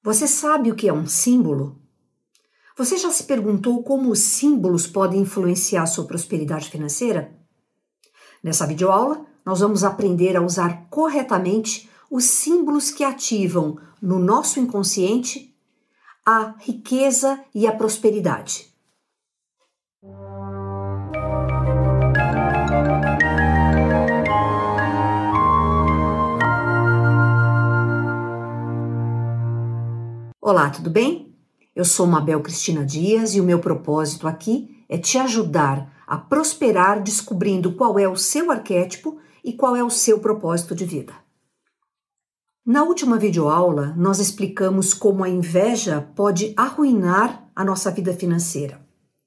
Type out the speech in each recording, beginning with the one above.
Você sabe o que é um símbolo? Você já se perguntou como os símbolos podem influenciar a sua prosperidade financeira? Nessa videoaula, nós vamos aprender a usar corretamente os símbolos que ativam no nosso inconsciente a riqueza e a prosperidade. Olá, tudo bem? Eu sou Mabel Cristina Dias e o meu propósito aqui é te ajudar a prosperar descobrindo qual é o seu arquétipo e qual é o seu propósito de vida. Na última videoaula, nós explicamos como a inveja pode arruinar a nossa vida financeira.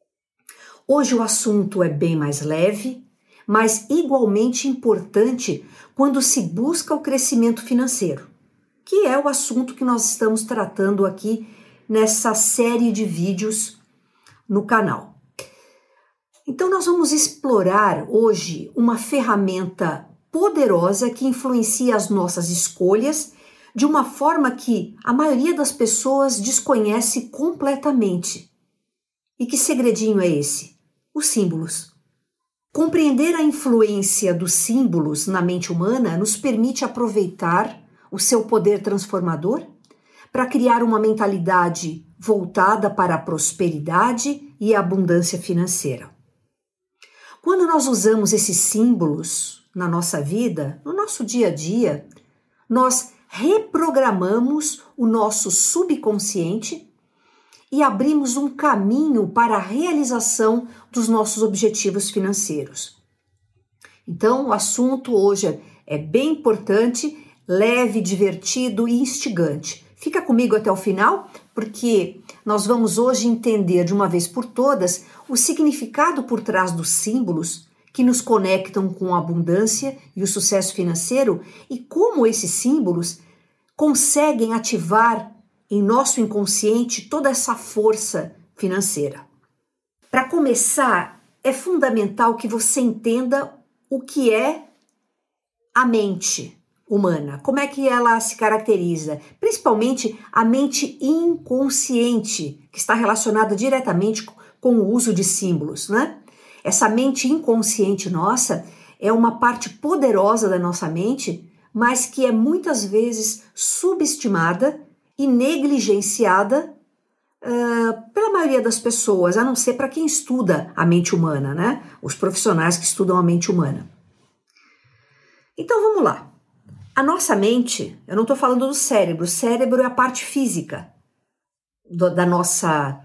Hoje o assunto é bem mais leve, mas igualmente importante quando se busca o crescimento financeiro, que é o assunto que nós estamos tratando aqui nessa série de vídeos no canal. Então nós vamos explorar hoje uma ferramenta poderosa que influencia as nossas escolhas de uma forma que a maioria das pessoas desconhece completamente. E que segredinho é esse? Os símbolos. Compreender a influência dos símbolos na mente humana nos permite aproveitar o seu poder transformador para criar uma mentalidade voltada para a prosperidade e a abundância financeira. Quando nós usamos esses símbolos na nossa vida, no nosso dia a dia, nós reprogramamos o nosso subconsciente e abrimos um caminho para a realização dos nossos objetivos financeiros. Então, o assunto hoje é bem importante, leve, divertido e instigante. Fica comigo até o final, porque nós vamos hoje entender de uma vez por todas o significado por trás dos símbolos que nos conectam com a abundância e o sucesso financeiro e como esses símbolos conseguem ativar em nosso inconsciente toda essa força financeira. Para começar, é fundamental que você entenda o que é a mente humana, como é que ela se caracteriza, principalmente a mente inconsciente, que está relacionada diretamente com o uso de símbolos, né? Essa mente inconsciente nossa é uma parte poderosa da nossa mente, mas que é muitas vezes subestimada e negligenciada pela maioria das pessoas, a não ser para quem estuda a mente humana, né? Os profissionais que estudam a mente humana. Então vamos lá. A nossa mente, eu não estou falando do cérebro, o cérebro é a parte física da nossa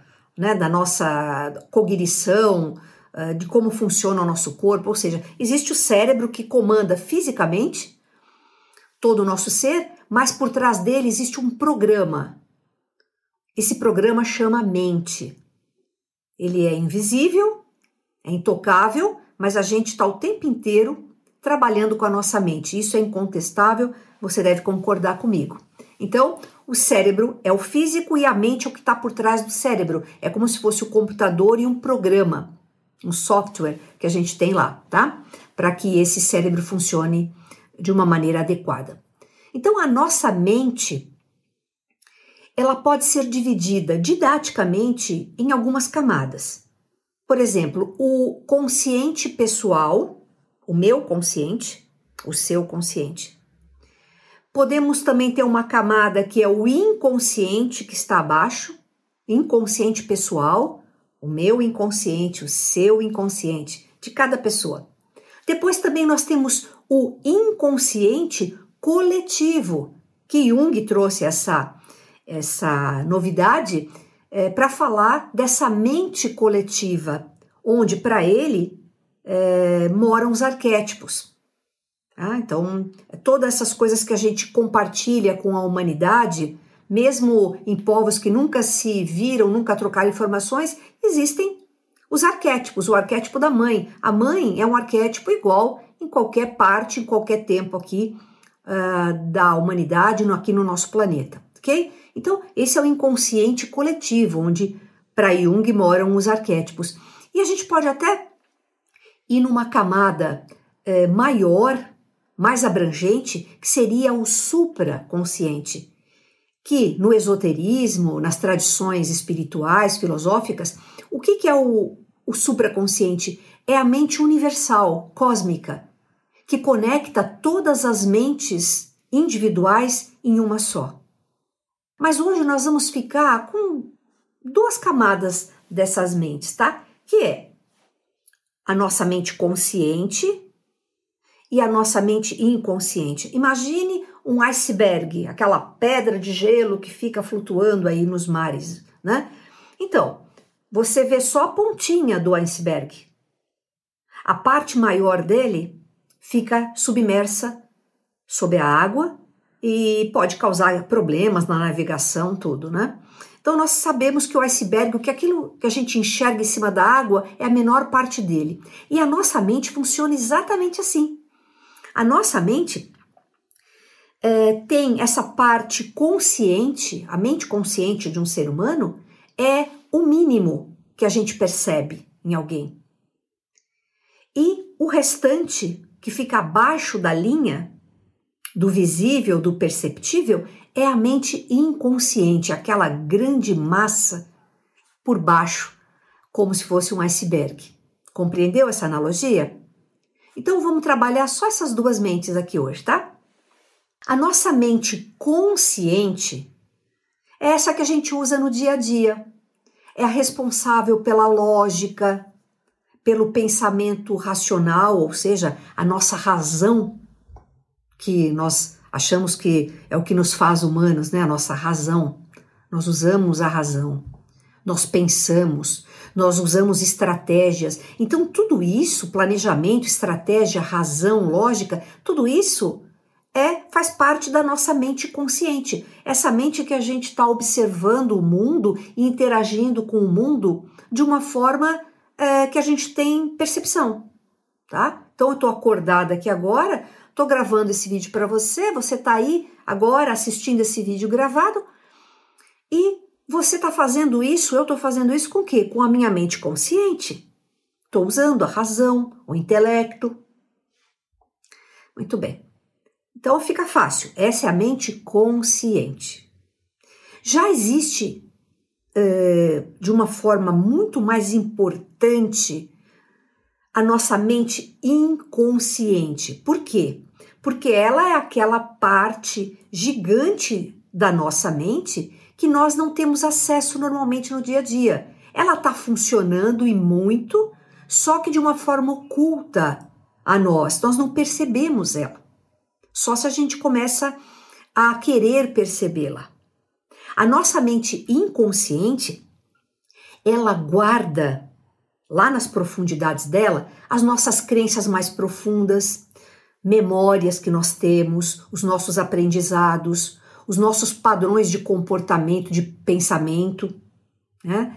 cognição, de como funciona o nosso corpo, ou seja, existe o cérebro que comanda fisicamente todo o nosso ser, mas por trás dele existe um programa. Esse programa chama mente. Ele é invisível, é intocável, mas a gente está o tempo inteiro trabalhando com a nossa mente. Isso é incontestável, você deve concordar comigo. Então, o cérebro é o físico e a mente é o que está por trás do cérebro. É como se fosse o computador e um programa, um software que a gente tem lá, tá? Para que esse cérebro funcione de uma maneira adequada. Então, a nossa mente, ela pode ser dividida didaticamente em algumas camadas. Por exemplo, o consciente pessoal, o meu consciente, o seu consciente. Podemos também ter uma camada que é o inconsciente que está abaixo, inconsciente pessoal, o meu inconsciente, o seu inconsciente, de cada pessoa. Depois também nós temos o inconsciente coletivo, que Jung trouxe essa novidade para falar dessa mente coletiva, onde para ele moram os arquétipos. Então, todas essas coisas que a gente compartilha com a humanidade, mesmo em povos que nunca se viram, nunca trocaram informações, existem os arquétipos, o arquétipo da mãe. A mãe é um arquétipo igual em qualquer parte, em qualquer tempo aqui da humanidade, aqui no nosso planeta, ok? Então, esse é o inconsciente coletivo, onde para Jung moram os arquétipos. E a gente pode até ir numa camada maior, mais abrangente, que seria o supraconsciente, que no esoterismo, nas tradições espirituais, filosóficas, o que é o supraconsciente? É a mente universal, cósmica, que conecta todas as mentes individuais em uma só. Mas hoje nós vamos ficar com duas camadas dessas mentes, tá? Que é a nossa mente consciente e a nossa mente inconsciente. Imagine um iceberg, aquela pedra de gelo que fica flutuando aí nos mares, né? Então, você vê só a pontinha do iceberg. A parte maior dele fica submersa sob a água e pode causar problemas na navegação, tudo, né? Então, nós sabemos que o iceberg, que aquilo que a gente enxerga em cima da água, é a menor parte dele. E a nossa mente funciona exatamente assim. A nossa mente tem essa parte consciente, a mente consciente de um ser humano é o mínimo que a gente percebe em alguém. E o restante, que fica abaixo da linha do visível, do perceptível, é a mente inconsciente, aquela grande massa por baixo, como se fosse um iceberg. Compreendeu essa analogia? Então vamos trabalhar só essas duas mentes aqui hoje, tá? A nossa mente consciente é essa que a gente usa no dia a dia. É a responsável pela lógica, pelo pensamento racional, ou seja, a nossa razão, que nós achamos que é o que nos faz humanos, né? A nossa razão. Nós usamos a razão, nós pensamos, nós usamos estratégias. Então, tudo isso, planejamento, estratégia, razão, lógica, tudo isso faz parte da nossa mente consciente. Essa mente que a gente está observando o mundo e interagindo com o mundo de uma forma que a gente tem percepção, tá? Então, eu estou acordada aqui agora, estou gravando esse vídeo para você, você está aí agora assistindo esse vídeo gravado e você está fazendo isso, eu estou fazendo isso com o quê? Com a minha mente consciente. Estou usando a razão, o intelecto. Muito bem. Então fica fácil. Essa é a mente consciente. Já existe, de uma forma muito mais importante, a nossa mente inconsciente. Por quê? Porque ela é aquela parte gigante da nossa mente que nós não temos acesso normalmente no dia a dia. Ela está funcionando e muito, só que de uma forma oculta a nós. Nós não percebemos ela. Só se a gente começa a querer percebê-la. A nossa mente inconsciente, ela guarda lá nas profundidades dela as nossas crenças mais profundas, memórias que nós temos, os nossos aprendizados, os nossos padrões de comportamento, de pensamento, né?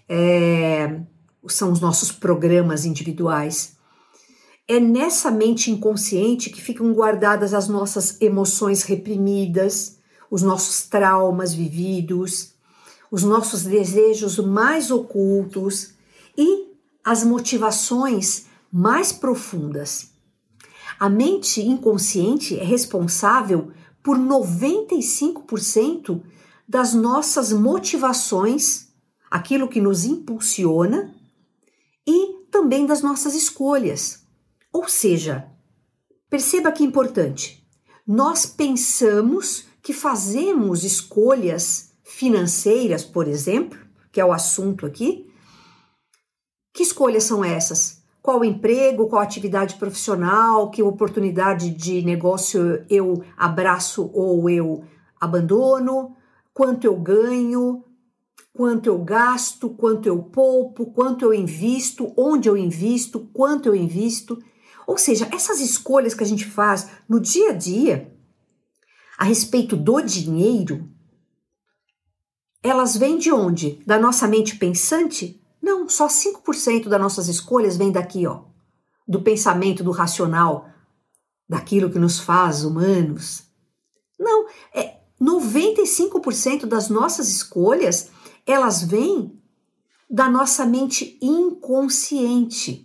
São os nossos programas individuais. É nessa mente inconsciente que ficam guardadas as nossas emoções reprimidas, os nossos traumas vividos, os nossos desejos mais ocultos e as motivações mais profundas. A mente inconsciente é responsável por 95% das nossas motivações, aquilo que nos impulsiona, e também das nossas escolhas. Ou seja, perceba que é importante, nós pensamos que fazemos escolhas financeiras, por exemplo, que é o assunto aqui. Que escolhas são essas? Qual emprego, qual atividade profissional, que oportunidade de negócio eu abraço ou eu abandono, quanto eu ganho, quanto eu gasto, quanto eu poupo, quanto eu invisto, onde eu invisto, quanto eu invisto. Ou seja, essas escolhas que a gente faz no dia a dia a respeito do dinheiro, elas vêm de onde? Da nossa mente pensante? Não, só 5% das nossas escolhas vêm daqui, ó, do pensamento, do racional, daquilo que nos faz humanos. Não, 95% das nossas escolhas, elas vêm da nossa mente inconsciente,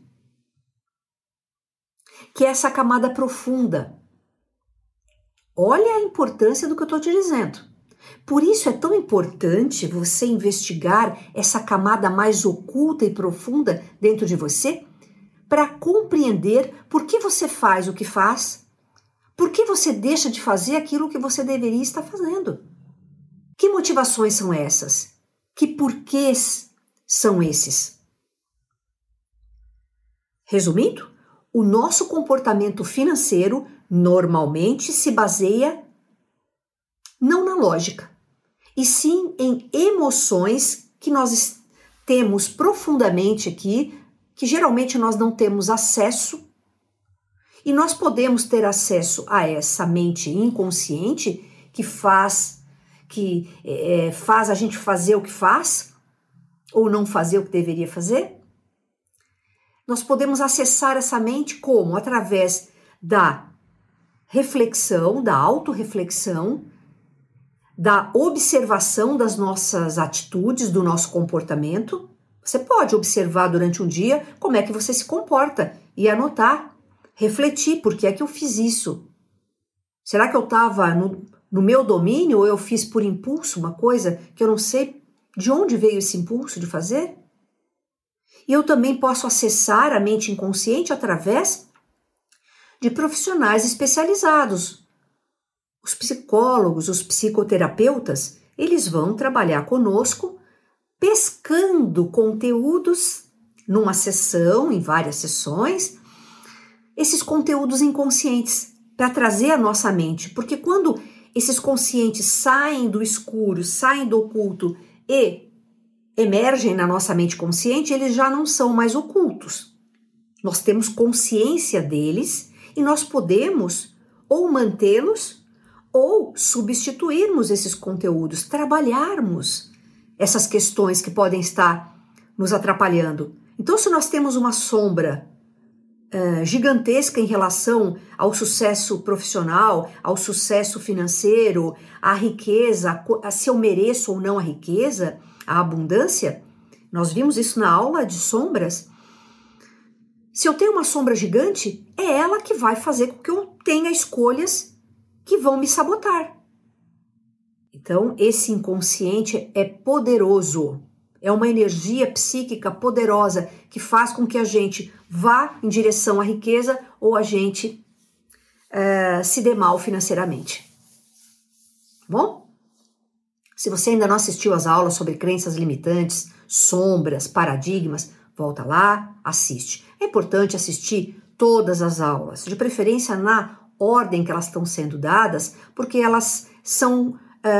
que é essa camada profunda. Olha a importância do que eu estou te dizendo. Por isso é tão importante você investigar essa camada mais oculta e profunda dentro de você para compreender por que você faz o que faz, por que você deixa de fazer aquilo que você deveria estar fazendo. Que motivações são essas? Que porquês são esses? Resumindo, o nosso comportamento financeiro normalmente se baseia não na lógica, e sim em emoções que nós temos profundamente aqui, que geralmente nós não temos acesso, e nós podemos ter acesso a essa mente inconsciente que faz a gente fazer o que faz, ou não fazer o que deveria fazer. Nós podemos acessar essa mente como? Através da reflexão, da autorreflexão, da observação das nossas atitudes, do nosso comportamento. Você pode observar durante um dia como é que você se comporta e anotar, refletir, por que é que eu fiz isso? Será que eu estava no meu domínio ou eu fiz por impulso uma coisa que eu não sei de onde veio esse impulso de fazer? E eu também posso acessar a mente inconsciente através de profissionais especializados. Os psicólogos, os psicoterapeutas, eles vão trabalhar conosco pescando conteúdos numa sessão, em várias sessões, esses conteúdos inconscientes para trazer à nossa mente. Porque quando esses conscientes saem do escuro, saem do oculto e emergem na nossa mente consciente, eles já não são mais ocultos. Nós temos consciência deles e nós podemos ou mantê-los ou substituirmos esses conteúdos, trabalharmos essas questões que podem estar nos atrapalhando. Então, se nós temos uma sombra gigantesca em relação ao sucesso profissional, ao sucesso financeiro, à riqueza, a se eu mereço ou não a riqueza, a abundância, nós vimos isso na aula de sombras. Se eu tenho uma sombra gigante, é ela que vai fazer com que eu tenha escolhas que vão me sabotar. Então, esse inconsciente é poderoso. É uma energia psíquica poderosa que faz com que a gente vá em direção à riqueza ou a gente se dê mal financeiramente. Bom? Se você ainda não assistiu às aulas sobre crenças limitantes, sombras, paradigmas, volta lá, assiste. É importante assistir todas as aulas, de preferência na ordem que elas estão sendo dadas, porque elas são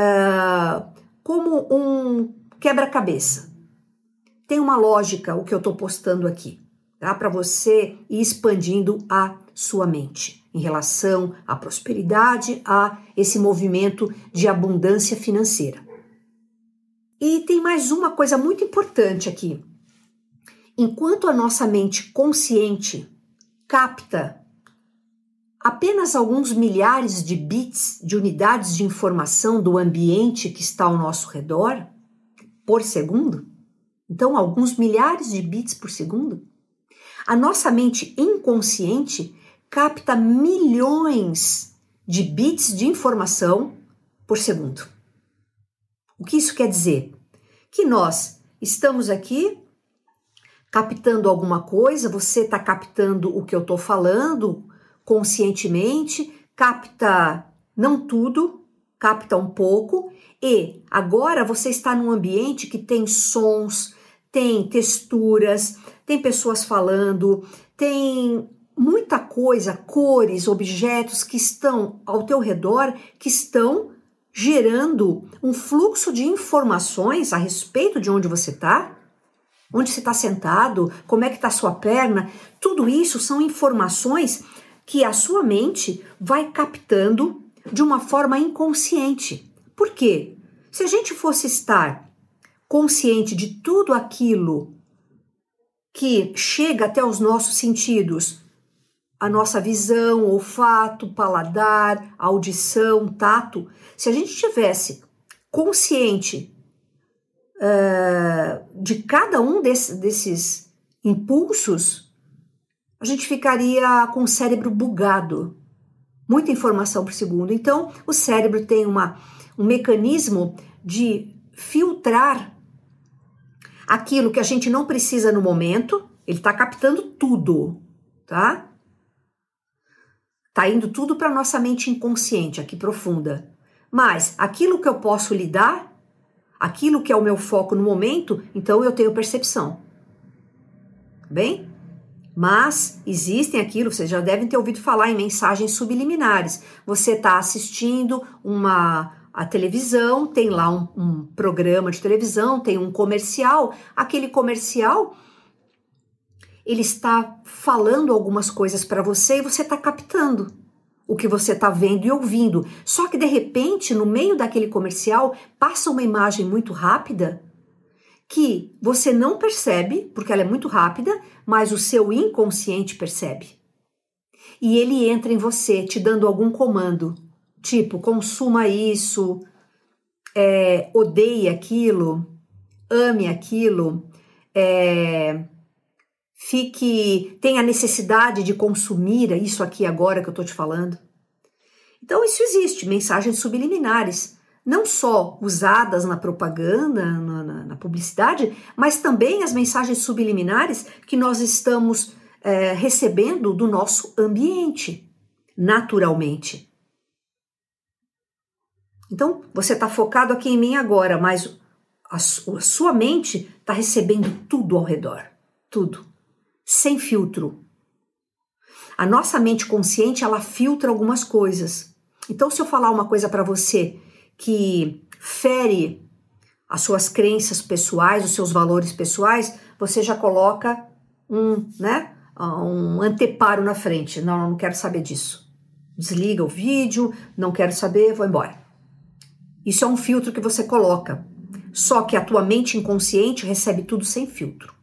como um quebra-cabeça. Tem uma lógica o que eu estou postando aqui, tá? Para você ir expandindo a sua mente em relação à prosperidade, a esse movimento de abundância financeira. E tem mais uma coisa muito importante aqui. Enquanto a nossa mente consciente capta apenas alguns milhares de bits, de unidades de informação do ambiente que está ao nosso redor por segundo, então alguns milhares de bits por segundo, a nossa mente inconsciente capta milhões de bits de informação por segundo. O que isso quer dizer? Que nós estamos aqui captando alguma coisa, você está captando o que eu estou falando conscientemente, capta não tudo, capta um pouco, e agora você está num ambiente que tem sons, tem texturas, tem pessoas falando, tem muita coisa, cores, objetos que estão ao teu redor, que estão gerando um fluxo de informações a respeito de onde você está sentado, como é que está a sua perna. Tudo isso são informações que a sua mente vai captando de uma forma inconsciente. Por quê? Se a gente fosse estar consciente de tudo aquilo que chega até os nossos sentidos, a nossa visão, olfato, paladar, audição, tato, se a gente tivesse consciente de cada um desses impulsos, a gente ficaria com o cérebro bugado, muita informação por segundo. Então, o cérebro tem uma um mecanismo de filtrar aquilo que a gente não precisa no momento. Ele está captando tudo, tá? Tá indo tudo para nossa mente inconsciente, aqui profunda. Mas aquilo que eu posso lidar, aquilo que é o meu foco no momento, então eu tenho percepção. Bem? Mas existem aquilo, vocês já devem ter ouvido falar em mensagens subliminares. Você está assistindo a televisão, tem lá um programa de televisão, tem um comercial. Aquele comercial, ele está falando algumas coisas para você e você está captando o que você está vendo e ouvindo. Só que de repente, no meio daquele comercial, passa uma imagem muito rápida que você não percebe, porque ela é muito rápida, mas o seu inconsciente percebe. E ele entra em você, te dando algum comando, tipo, consuma isso, odeie aquilo, ame aquilo, tenha necessidade de consumir isso aqui agora que eu estou te falando. Então isso existe, mensagens subliminares, não só usadas na propaganda, na publicidade, mas também as mensagens subliminares que nós estamos recebendo do nosso ambiente, naturalmente. Então, você está focado aqui em mim agora, mas a sua mente está recebendo tudo ao redor, tudo, sem filtro. A nossa mente consciente, ela filtra algumas coisas. Então, se eu falar uma coisa para você que fere as suas crenças pessoais, os seus valores pessoais, você já coloca um anteparo na frente. Não, não quero saber disso. Desliga o vídeo, não quero saber, vou embora. Isso é um filtro que você coloca. Só que a tua mente inconsciente recebe tudo sem filtro.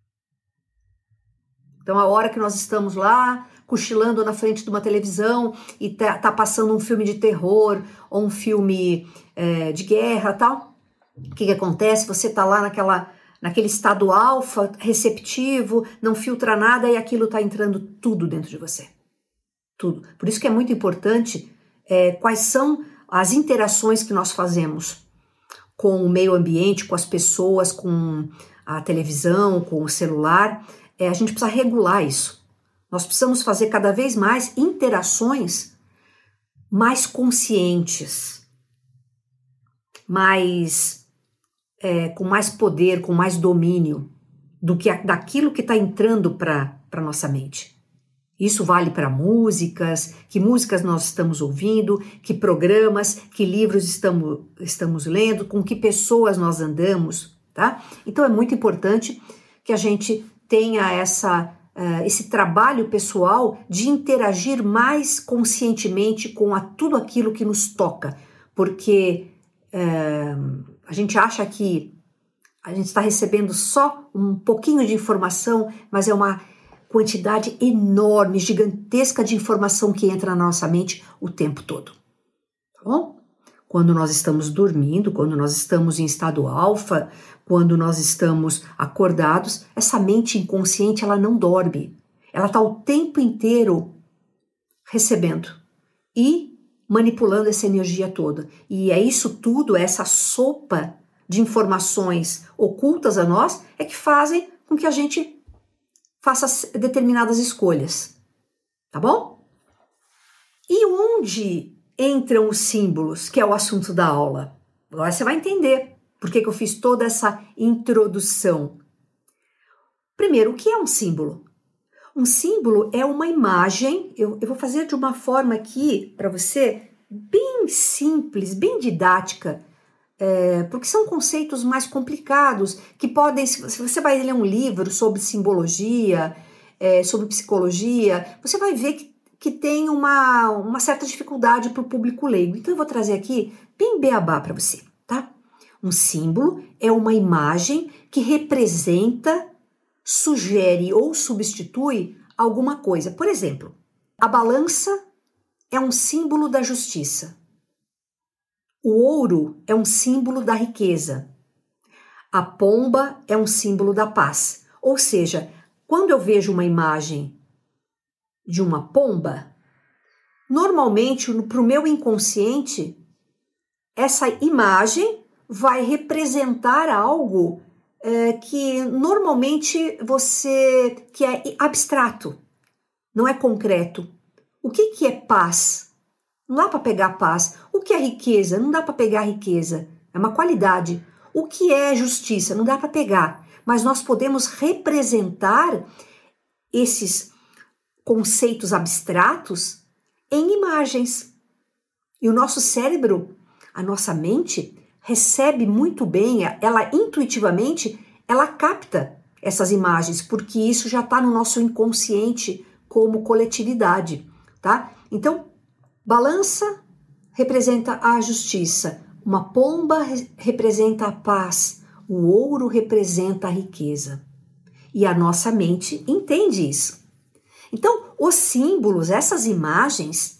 Então, a hora que nós estamos lá, cochilando na frente de uma televisão e tá passando um filme de terror ou um filme de guerra e tal, o que acontece? Você tá lá naquele estado alfa, receptivo, não filtra nada e aquilo tá entrando tudo dentro de você. Tudo. Por isso que é muito importante quais são as interações que nós fazemos com o meio ambiente, com as pessoas, com a televisão, com o celular. A gente precisa regular isso. Nós precisamos fazer cada vez mais interações mais conscientes, com mais poder, com mais domínio daquilo que está entrando para a nossa mente. Isso vale para músicas, que músicas nós estamos ouvindo, que programas, que livros estamos lendo, com que pessoas nós andamos, tá? Então é muito importante que a gente tenha esse trabalho pessoal de interagir mais conscientemente com tudo aquilo que nos toca, porque a gente acha que a gente está recebendo só um pouquinho de informação, mas é uma quantidade enorme, gigantesca de informação que entra na nossa mente o tempo todo. Tá bom? Quando nós estamos dormindo, quando nós estamos em estado alfa, quando nós estamos acordados, essa mente inconsciente, ela não dorme. Ela está o tempo inteiro recebendo e manipulando essa energia toda. E é isso tudo, essa sopa de informações ocultas a nós, é que fazem com que a gente faça determinadas escolhas. Tá bom? E onde entram os símbolos, que é o assunto da aula? Agora você vai entender por que eu fiz toda essa introdução. Primeiro, o que é um símbolo? Um símbolo é uma imagem, eu vou fazer de uma forma aqui para você bem simples, bem didática, porque são conceitos mais complicados que podem, se você vai ler um livro sobre simbologia, sobre psicologia, você vai ver que tem uma certa dificuldade para o público leigo. Então eu vou trazer aqui bem beabá para você, tá? Um símbolo é uma imagem que representa, sugere ou substitui alguma coisa. Por exemplo, a balança é um símbolo da justiça. O ouro é um símbolo da riqueza. A pomba é um símbolo da paz. Ou seja, quando eu vejo uma imagem de uma pomba, normalmente para o meu inconsciente essa imagem vai representar algo que normalmente que é abstrato, não é concreto. O que é paz? Não dá para pegar paz. O que é riqueza? Não dá para pegar riqueza. É uma qualidade. O que é justiça? Não dá para pegar. Mas nós podemos representar esses conceitos abstratos em imagens. E o nosso cérebro, a nossa mente, recebe muito bem, ela intuitivamente, ela capta essas imagens, porque isso já está no nosso inconsciente como coletividade, tá? Então, balança representa a justiça, uma pomba representa a paz, o ouro representa a riqueza. E a nossa mente entende isso. Então, os símbolos, essas imagens,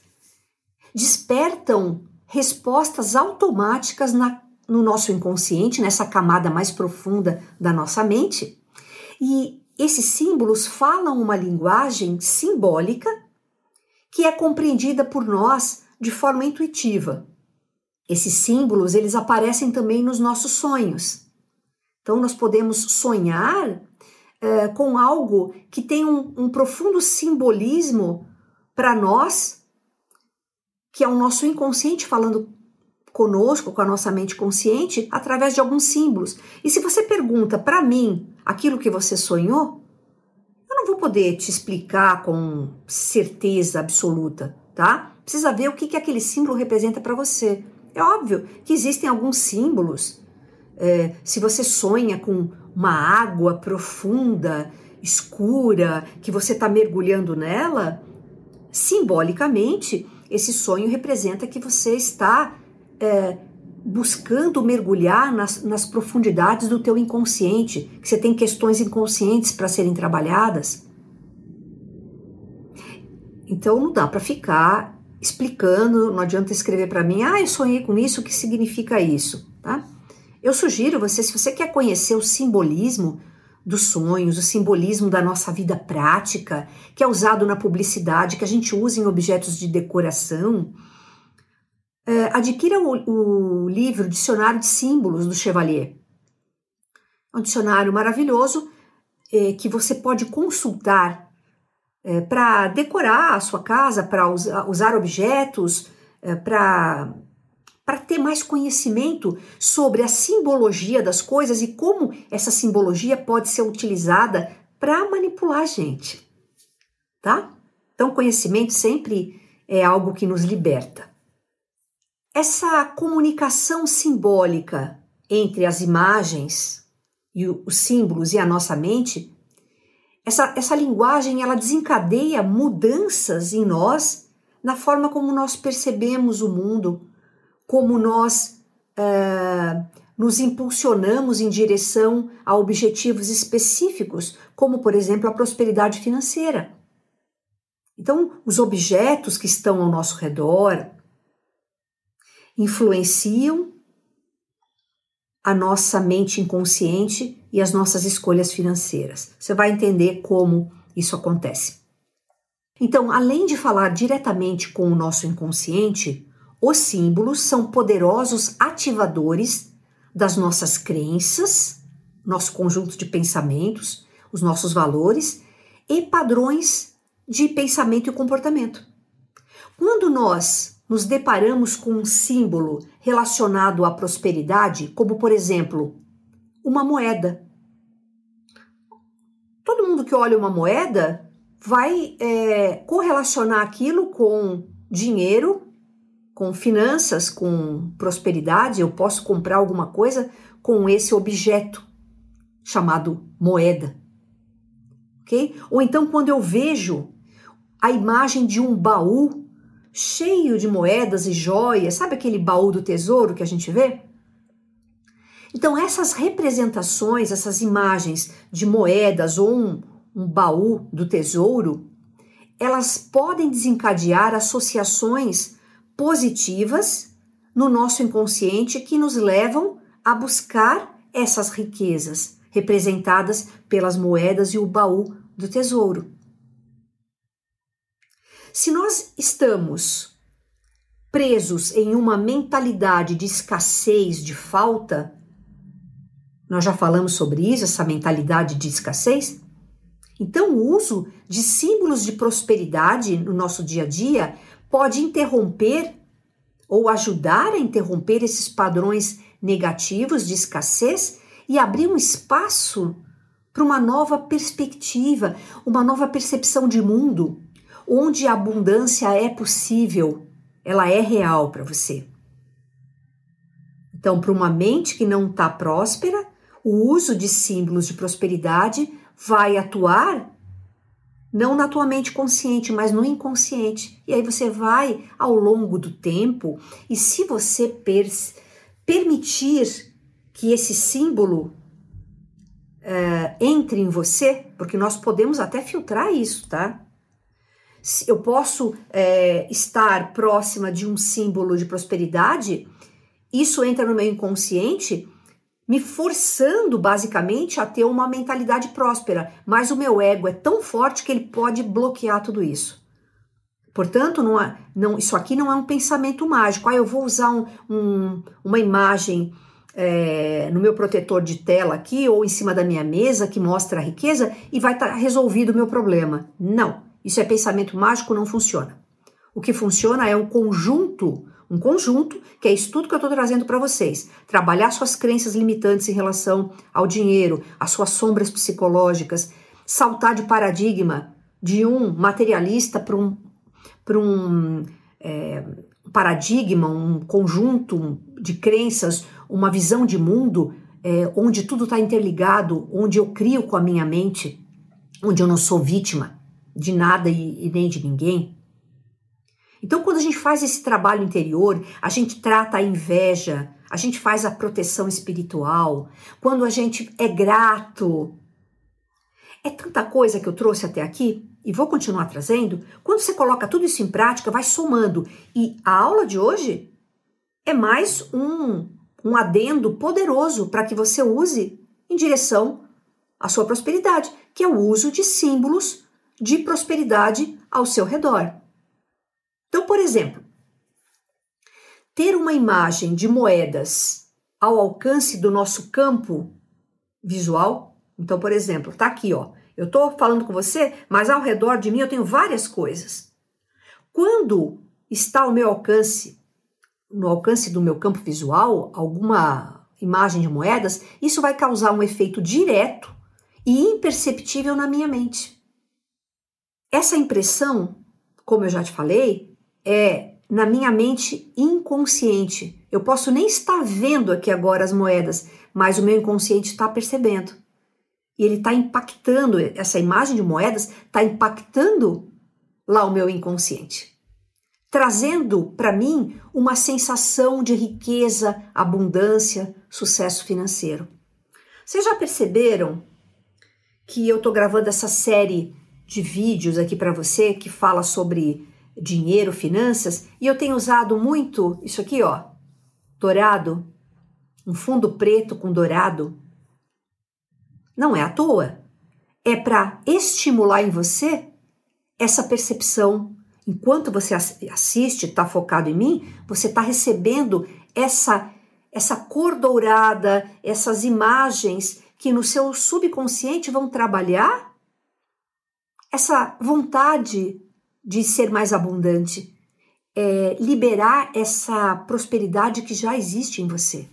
despertam respostas automáticas no nosso inconsciente, nessa camada mais profunda da nossa mente. E esses símbolos falam uma linguagem simbólica que é compreendida por nós de forma intuitiva. Esses símbolos, eles aparecem também nos nossos sonhos. Então, nós podemos sonhar com algo que tem um profundo simbolismo para nós, que é o nosso inconsciente falando conosco, com a nossa mente consciente, através de alguns símbolos. E se você pergunta para mim aquilo que você sonhou, eu não vou poder te explicar com certeza absoluta, tá? Precisa ver o que aquele símbolo representa para você. É óbvio que existem alguns símbolos. Se você sonha com uma água profunda, escura, que você está mergulhando nela, simbolicamente, esse sonho representa que você está buscando mergulhar nas profundidades do teu inconsciente, que você tem questões inconscientes para serem trabalhadas. Então não dá para ficar explicando, não adianta escrever para mim, eu sonhei com isso, o que significa isso, tá? Eu sugiro você, se você quer conhecer o simbolismo dos sonhos, o simbolismo da nossa vida prática, que é usado na publicidade, que a gente usa em objetos de decoração, adquira o livro Dicionário de Símbolos do Chevalier. É um dicionário maravilhoso que você pode consultar para decorar a sua casa, para usar objetos, para ter mais conhecimento sobre a simbologia das coisas e como essa simbologia pode ser utilizada para manipular a gente, tá? Então, conhecimento sempre é algo que nos liberta. Essa comunicação simbólica entre as imagens e os símbolos e a nossa mente, essa linguagem, ela desencadeia mudanças em nós na forma como nós percebemos o mundo, como nós nos impulsionamos em direção a objetivos específicos, como, por exemplo, a prosperidade financeira. Então, os objetos que estão ao nosso redor influenciam a nossa mente inconsciente e as nossas escolhas financeiras. Você vai entender como isso acontece. Então, além de falar diretamente com o nosso inconsciente, os símbolos são poderosos ativadores das nossas crenças, nosso conjunto de pensamentos, os nossos valores e padrões de pensamento e comportamento. Quando nós nos deparamos com um símbolo relacionado à prosperidade, como, por exemplo, uma moeda. Todo mundo que olha uma moeda vai correlacionar aquilo com dinheiro, com finanças, com prosperidade. Eu posso comprar alguma coisa com esse objeto chamado moeda, ok? Ou então quando eu vejo a imagem de um baú cheio de moedas e joias, sabe aquele baú do tesouro que a gente vê? Então essas representações, essas imagens de moedas ou um baú do tesouro, elas podem desencadear associações positivas no nosso inconsciente que nos levam a buscar essas riquezas representadas pelas moedas e o baú do tesouro. Se nós estamos presos em uma mentalidade de escassez, de falta, nós já falamos sobre isso, essa mentalidade de escassez. Então, o uso de símbolos de prosperidade no nosso dia a dia pode interromper ou ajudar a interromper esses padrões negativos de escassez e abrir um espaço para uma nova perspectiva, uma nova percepção de mundo, onde a abundância é possível, ela é real para você. Então, para uma mente que não está próspera, o uso de símbolos de prosperidade vai atuar não na tua mente consciente, mas no inconsciente. E aí você vai, ao longo do tempo, e se você permitir que esse símbolo entre em você, porque nós podemos até filtrar isso, tá? Eu posso estar próxima de um símbolo de prosperidade, isso entra no meu inconsciente, me forçando basicamente a ter uma mentalidade próspera, mas o meu ego é tão forte que ele pode bloquear tudo isso. Portanto, isso aqui não é um pensamento mágico. Eu vou usar uma imagem no meu protetor de tela aqui ou em cima da minha mesa que mostra a riqueza e vai estar resolvido o meu problema. Não, isso é pensamento mágico, não funciona. O que funciona é um conjunto, que é isso tudo que eu estou trazendo para vocês. Trabalhar suas crenças limitantes em relação ao dinheiro, as suas sombras psicológicas, saltar de paradigma de um materialista para um paradigma, um conjunto de crenças, uma visão de mundo onde tudo está interligado, onde eu crio com a minha mente, onde eu não sou vítima de nada e nem de ninguém. Então, quando a gente faz esse trabalho interior, a gente trata a inveja, a gente faz a proteção espiritual, quando a gente é grato. É tanta coisa que eu trouxe até aqui e vou continuar trazendo. Quando você coloca tudo isso em prática, vai somando. E a aula de hoje é mais um adendo poderoso para que você use em direção à sua prosperidade, que é o uso de símbolos de prosperidade ao seu redor. Então, por exemplo, ter uma imagem de moedas ao alcance do nosso campo visual. Então, por exemplo, tá aqui, ó. Eu tô falando com você, mas ao redor de mim eu tenho várias coisas. Quando está ao meu alcance, no alcance do meu campo visual, alguma imagem de moedas, isso vai causar um efeito direto e imperceptível na minha mente. Essa impressão, como eu já te falei, é na minha mente inconsciente. Eu posso nem estar vendo aqui agora as moedas, mas o meu inconsciente está percebendo. E ele está impactando, essa imagem de moedas está impactando lá o meu inconsciente. Trazendo para mim uma sensação de riqueza, abundância, sucesso financeiro. Vocês já perceberam que eu estou gravando essa série de vídeos aqui para você que fala sobre dinheiro, finanças, e eu tenho usado muito isso aqui, ó, dourado, um fundo preto com dourado. Não é à toa, é para estimular em você essa percepção. Enquanto você assiste, está focado em mim, você está recebendo essa cor dourada, essas imagens que no seu subconsciente vão trabalhar essa vontade de ser mais abundante, liberar essa prosperidade que já existe em você.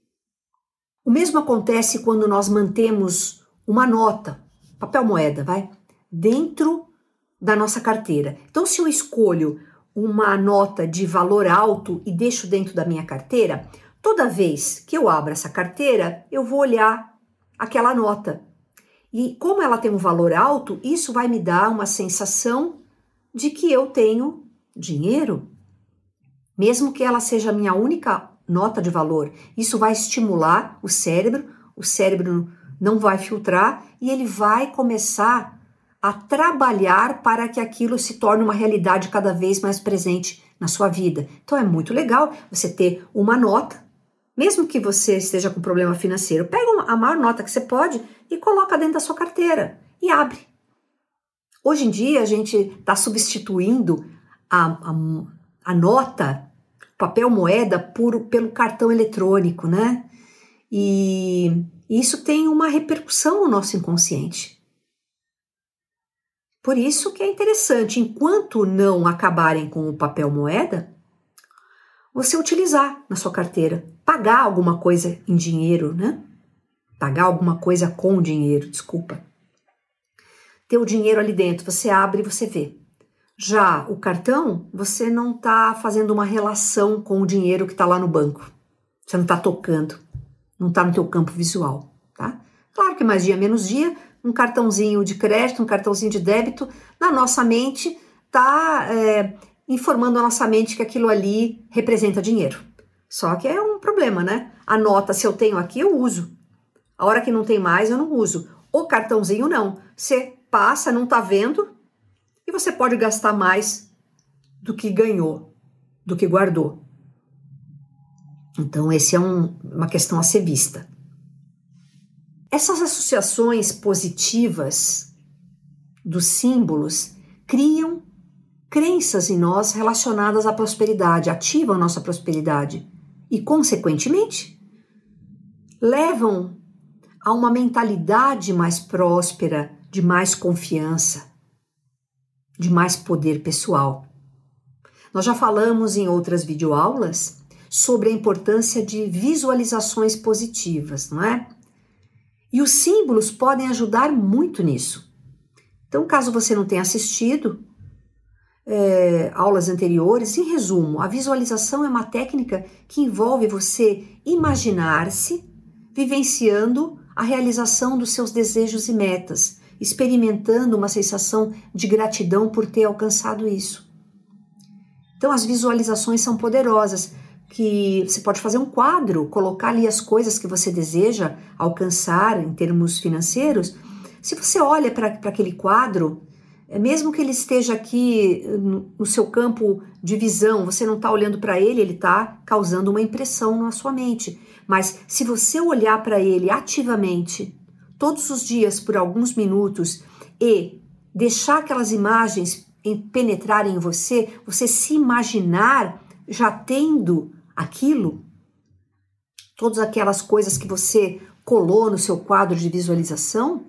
O mesmo acontece quando nós mantemos uma nota, papel moeda, dentro da nossa carteira. Então, se eu escolho uma nota de valor alto e deixo dentro da minha carteira, toda vez que eu abro essa carteira, eu vou olhar aquela nota. E como ela tem um valor alto, isso vai me dar uma sensação de que eu tenho dinheiro, mesmo que ela seja a minha única nota de valor. Isso vai estimular o cérebro não vai filtrar e ele vai começar a trabalhar para que aquilo se torne uma realidade cada vez mais presente na sua vida. Então é muito legal você ter uma nota, mesmo que você esteja com problema financeiro, pega a maior nota que você pode e coloca dentro da sua carteira e abre. Hoje em dia, a gente está substituindo a nota papel moeda pelo cartão eletrônico, né? E isso tem uma repercussão no nosso inconsciente. Por isso que é interessante, enquanto não acabarem com o papel moeda, você utilizar na sua carteira, pagar alguma coisa em dinheiro, né? Pagar alguma coisa com dinheiro, desculpa. Ter o dinheiro ali dentro, você abre e você vê. Já o cartão, você não está fazendo uma relação com o dinheiro que está lá no banco. Você não está tocando, não está no teu campo visual, tá? Claro que mais dia, menos dia, um cartãozinho de crédito, um cartãozinho de débito, na nossa mente está informando a nossa mente que aquilo ali representa dinheiro. Só que é um problema, né? A nota, se eu tenho aqui, eu uso. A hora que não tem mais, eu não uso. O cartãozinho, não. Você passa, não está vendo, e você pode gastar mais do que ganhou, do que guardou. Então, esse é uma questão a ser vista. Essas associações positivas dos símbolos criam crenças em nós relacionadas à prosperidade, ativam a nossa prosperidade e, consequentemente, levam a uma mentalidade mais próspera, de mais confiança, de mais poder pessoal. Nós já falamos em outras videoaulas sobre a importância de visualizações positivas, não é? E os símbolos podem ajudar muito nisso. Então, caso você não tenha assistido aulas anteriores, em resumo, a visualização é uma técnica que envolve você imaginar-se vivenciando a realização dos seus desejos e metas, experimentando uma sensação de gratidão por ter alcançado isso. Então, as visualizações são poderosas, que você pode fazer um quadro, colocar ali as coisas que você deseja alcançar em termos financeiros. Se você olha para aquele quadro, mesmo que ele esteja aqui no seu campo de visão, você não está olhando para ele, ele está causando uma impressão na sua mente. Mas se você olhar para ele ativamente, todos os dias por alguns minutos, e deixar aquelas imagens penetrarem em você, você se imaginar já tendo aquilo, todas aquelas coisas que você colou no seu quadro de visualização,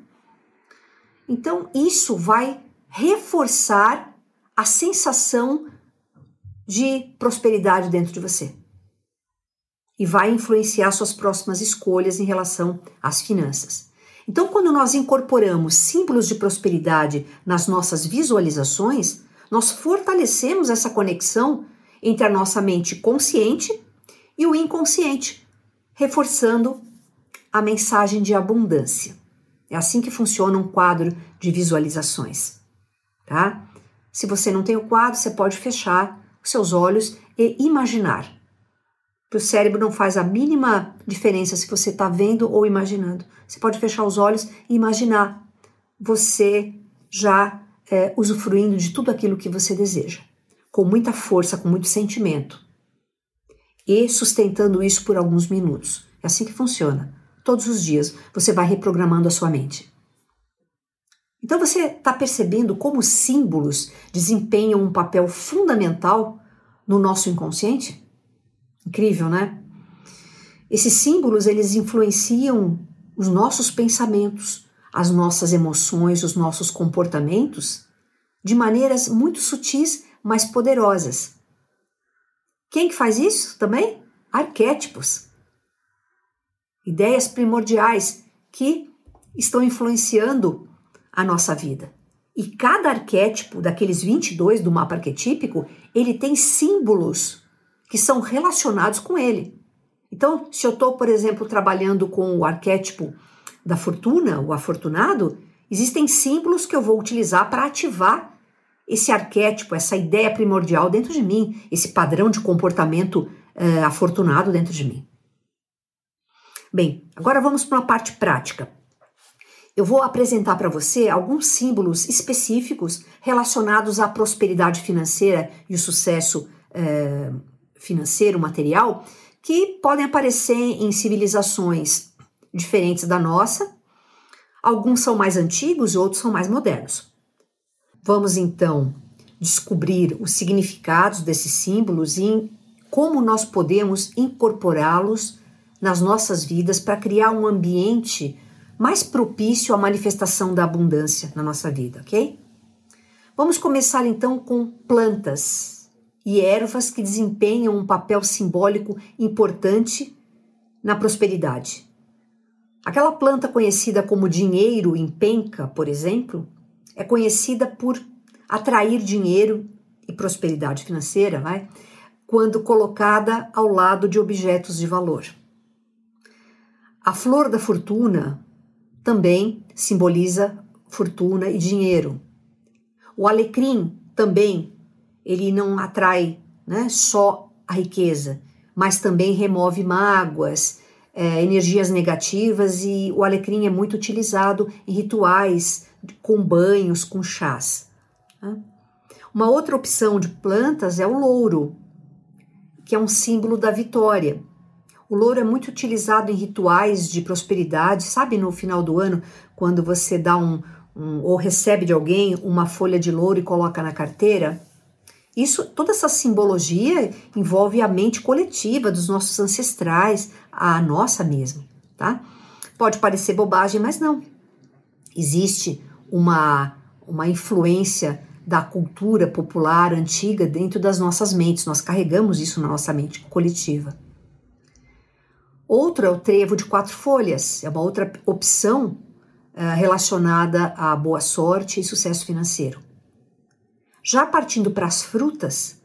então isso vai reforçar a sensação de prosperidade dentro de você e vai influenciar suas próximas escolhas em relação às finanças. Então, quando nós incorporamos símbolos de prosperidade nas nossas visualizações, nós fortalecemos essa conexão entre a nossa mente consciente e o inconsciente, reforçando a mensagem de abundância. É assim que funciona um quadro de visualizações, tá? Se você não tem o quadro, você pode fechar os seus olhos e imaginar. Para o cérebro não faz a mínima diferença se você está vendo ou imaginando. Você pode fechar os olhos e imaginar você já usufruindo de tudo aquilo que você deseja, com muita força, com muito sentimento, e sustentando isso por alguns minutos. É assim que funciona. Todos os dias você vai reprogramando a sua mente. Então você está percebendo como os símbolos desempenham um papel fundamental no nosso inconsciente? Incrível, né? Esses símbolos, eles influenciam os nossos pensamentos, as nossas emoções, os nossos comportamentos de maneiras muito sutis, mas poderosas. Quem que faz isso também? Arquétipos. Ideias primordiais que estão influenciando a nossa vida. E cada arquétipo daqueles 22 do mapa arquetípico, ele tem símbolos que são relacionados com ele. Então, se eu estou, por exemplo, trabalhando com o arquétipo da fortuna, o afortunado, existem símbolos que eu vou utilizar para ativar esse arquétipo, essa ideia primordial dentro de mim, esse padrão de comportamento afortunado dentro de mim. Bem, agora vamos para uma parte prática. Eu vou apresentar para você alguns símbolos específicos relacionados à prosperidade financeira e o sucesso financeiro, material, que podem aparecer em civilizações diferentes da nossa. Alguns são mais antigos e outros são mais modernos. Vamos então descobrir os significados desses símbolos e como nós podemos incorporá-los nas nossas vidas para criar um ambiente mais propício à manifestação da abundância na nossa vida, ok? Vamos começar então com plantas e ervas que desempenham um papel simbólico importante na prosperidade. Aquela planta conhecida como dinheiro em penca, por exemplo, é conhecida por atrair dinheiro e prosperidade financeira, quando colocada ao lado de objetos de valor. A flor da fortuna também simboliza fortuna e dinheiro. O alecrim também, ele não atrai, só a riqueza, mas também remove mágoas, energias negativas, e o alecrim é muito utilizado em rituais, com banhos, com chás. Uma outra opção de plantas é o louro, que é um símbolo da vitória. O louro é muito utilizado em rituais de prosperidade, sabe, no final do ano, quando você dá ou recebe de alguém uma folha de louro e coloca na carteira. Toda essa simbologia envolve a mente coletiva dos nossos ancestrais, a nossa mesmo, tá? Pode parecer bobagem, mas não. Existe uma influência da cultura popular antiga dentro das nossas mentes. Nós carregamos isso na nossa mente coletiva. Outro é o trevo de 4 folhas. É uma outra opção relacionada à boa sorte e sucesso financeiro. Já partindo para as frutas,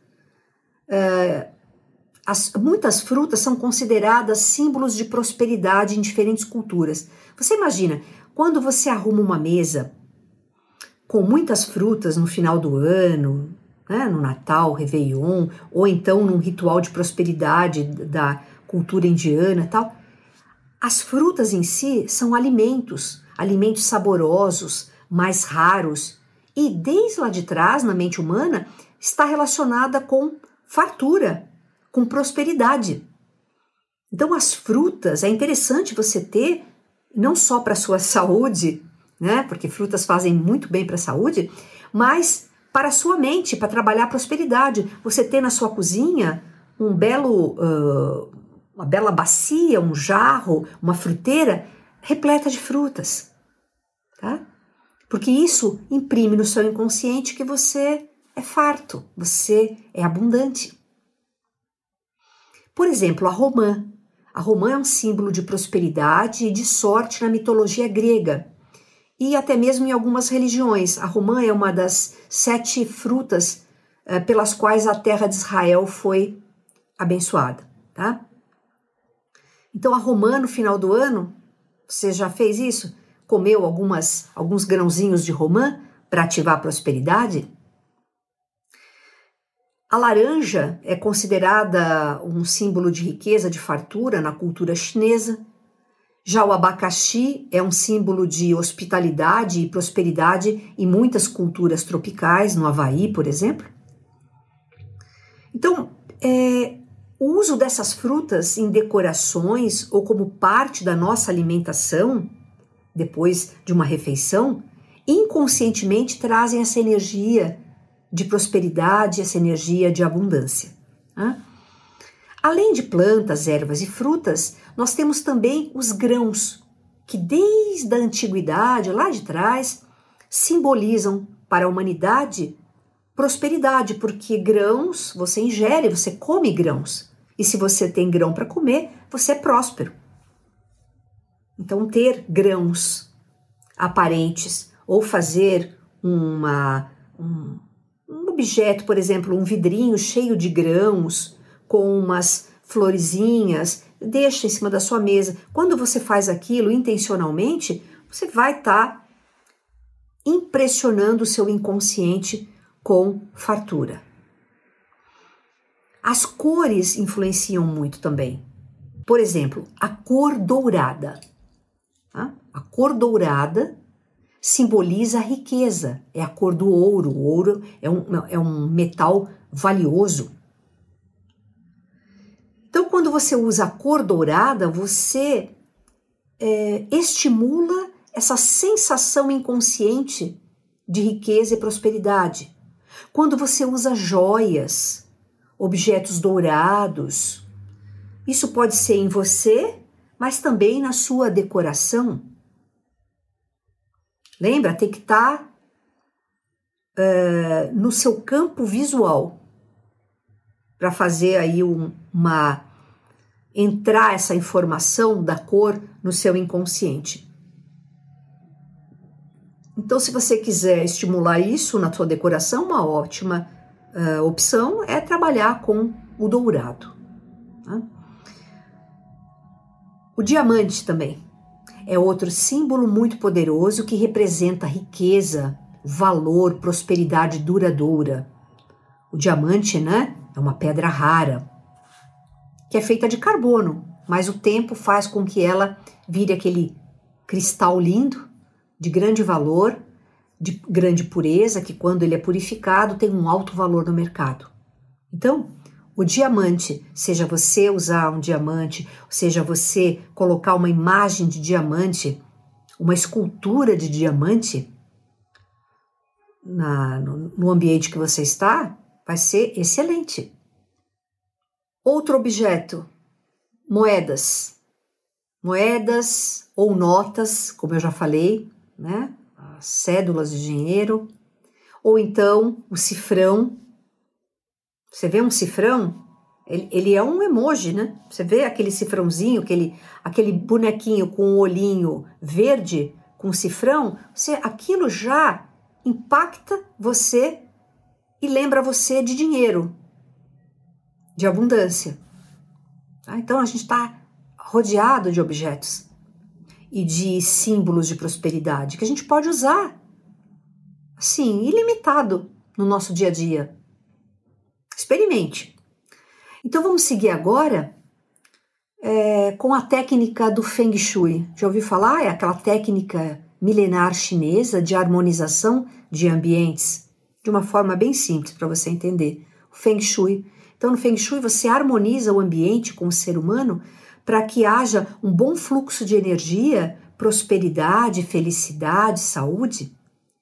muitas frutas são consideradas símbolos de prosperidade em diferentes culturas. Você imagina, quando você arruma uma mesa com muitas frutas no final do ano, no Natal, Réveillon, ou então num ritual de prosperidade da cultura indiana e tal, as frutas em si são alimentos saborosos, mais raros, e desde lá de trás, na mente humana, está relacionada com fartura, com prosperidade. Então as frutas, é interessante você ter, não só para a sua saúde, porque frutas fazem muito bem para a saúde, mas para a sua mente, para trabalhar a prosperidade. Você ter na sua cozinha uma bela bacia, um jarro, uma fruteira repleta de frutas, tá? Porque isso imprime no seu inconsciente que você é farto, você é abundante. Por exemplo, a romã. A romã é um símbolo de prosperidade e de sorte na mitologia grega e até mesmo em algumas religiões. A romã é uma das 7 frutas pelas quais a terra de Israel foi abençoada, tá? Então a romã no final do ano, você já fez isso? Comeu alguns grãozinhos de romã para ativar a prosperidade? A laranja é considerada um símbolo de riqueza, de fartura na cultura chinesa. Já o abacaxi é um símbolo de hospitalidade e prosperidade em muitas culturas tropicais, no Havaí, por exemplo. Então, o uso dessas frutas em decorações ou como parte da nossa alimentação, depois de uma refeição, inconscientemente trazem essa energia de prosperidade, essa energia de abundância. Além de plantas, ervas e frutas, nós temos também os grãos, que desde a antiguidade, lá de trás, simbolizam para a humanidade prosperidade, porque grãos você ingere, você come grãos. E se você tem grão para comer, você é próspero. Então, ter grãos aparentes ou fazer um objeto, por exemplo, um vidrinho cheio de grãos com umas florezinhas, deixa em cima da sua mesa. Quando você faz aquilo intencionalmente, você vai estar impressionando o seu inconsciente com fartura. As cores influenciam muito também. Por exemplo, a cor dourada. A cor dourada simboliza a riqueza, é a cor do ouro. O ouro é um metal valioso. Então, quando você usa a cor dourada, você estimula essa sensação inconsciente de riqueza e prosperidade. Quando você usa joias objetos dourados. Isso pode ser em você, mas também na sua decoração. Lembra, tem que estar no seu campo visual para fazer aí entrar essa informação da cor no seu inconsciente. Então, se você quiser estimular isso na sua decoração, uma ótima opção é trabalhar com o dourado. Tá? O diamante também é outro símbolo muito poderoso que representa riqueza, valor, prosperidade duradoura. O diamante, né, é uma pedra rara, que é feita de carbono, mas o tempo faz com que ela vire aquele cristal lindo, de grande valor, de grande pureza, que quando ele é purificado tem um alto valor no mercado. Então, o diamante, seja você usar um diamante, seja você colocar uma imagem de diamante, uma escultura de diamante no ambiente que você está, vai ser excelente. Outro objeto, moedas. Moedas ou notas, como eu já falei, né? As cédulas de dinheiro, ou então o cifrão. Você vê um cifrão? Ele é um emoji, né? Você vê aquele cifrãozinho, aquele bonequinho com um olhinho verde, com cifrão, aquilo já impacta você e lembra você de dinheiro, de abundância. Tá? Então a gente está rodeado de objetos e de símbolos de prosperidade que a gente pode usar, assim, ilimitado no nosso dia a dia. Experimente. Então vamos seguir agora com a técnica do Feng Shui. Já ouviu falar? É aquela técnica milenar chinesa de harmonização de ambientes, de uma forma bem simples para você entender. O Feng Shui. Então no Feng Shui você harmoniza o ambiente com o ser humano para que haja um bom fluxo de energia, prosperidade, felicidade, saúde.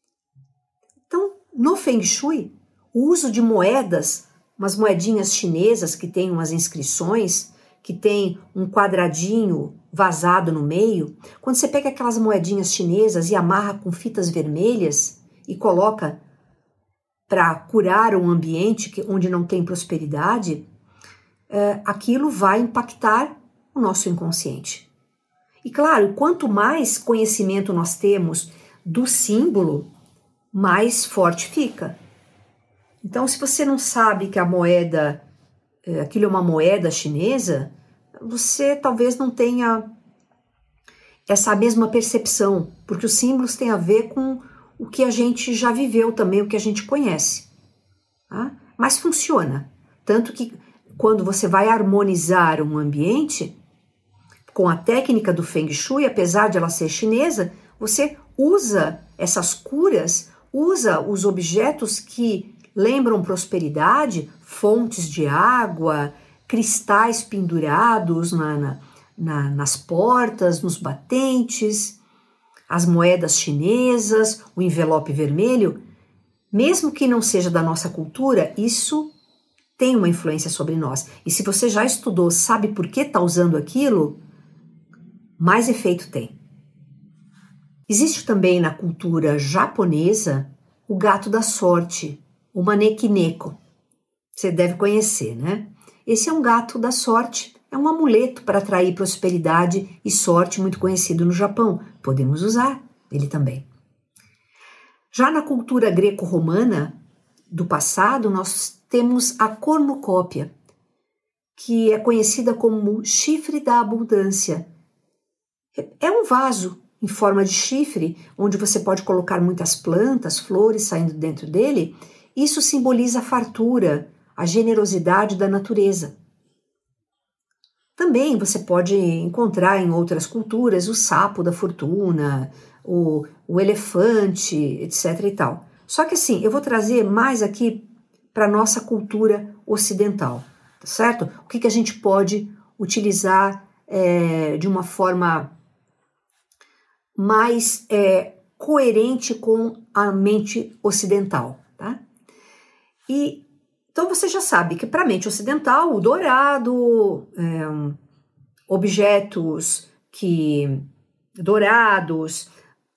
Então, no Feng Shui, o uso de moedas, umas moedinhas chinesas que têm umas inscrições, que tem um quadradinho vazado no meio, quando você pega aquelas moedinhas chinesas e amarra com fitas vermelhas e coloca para curar um ambiente onde não tem prosperidade, aquilo vai impactar o nosso inconsciente. E claro, quanto mais conhecimento nós temos do símbolo, mais forte fica. Então, se você não sabe que a moeda, aquilo é uma moeda chinesa, você talvez não tenha essa mesma percepção, porque os símbolos têm a ver com o que a gente já viveu também, o que a gente conhece. Tá? Mas funciona. Tanto que quando você vai harmonizar um ambiente, com a técnica do Feng Shui, apesar de ela ser chinesa, você usa essas curas, usa os objetos que lembram prosperidade, fontes de água, cristais pendurados nas portas, nos batentes, as moedas chinesas, o envelope vermelho. Mesmo que não seja da nossa cultura, isso tem uma influência sobre nós. E se você já estudou, sabe por que está usando aquilo, mais efeito tem. Existe também na cultura japonesa o gato da sorte, o manekineko. Você deve conhecer, né? Esse é um gato da sorte, é um amuleto para atrair prosperidade e sorte muito conhecido no Japão. Podemos usar ele também. Já na cultura greco-romana do passado, nós temos a cornucópia, que é conhecida como chifre da abundância. É um vaso em forma de chifre, onde você pode colocar muitas plantas, flores saindo dentro dele. Isso simboliza a fartura, a generosidade da natureza. Também você pode encontrar em outras culturas o sapo da fortuna, o elefante, etc. e tal. Só que assim, eu vou trazer mais aqui para a nossa cultura ocidental, tá certo? O que a gente pode utilizar de uma forma mais coerente com a mente ocidental, tá? E Então você já sabe que para a mente ocidental, o dourado, objetos dourados,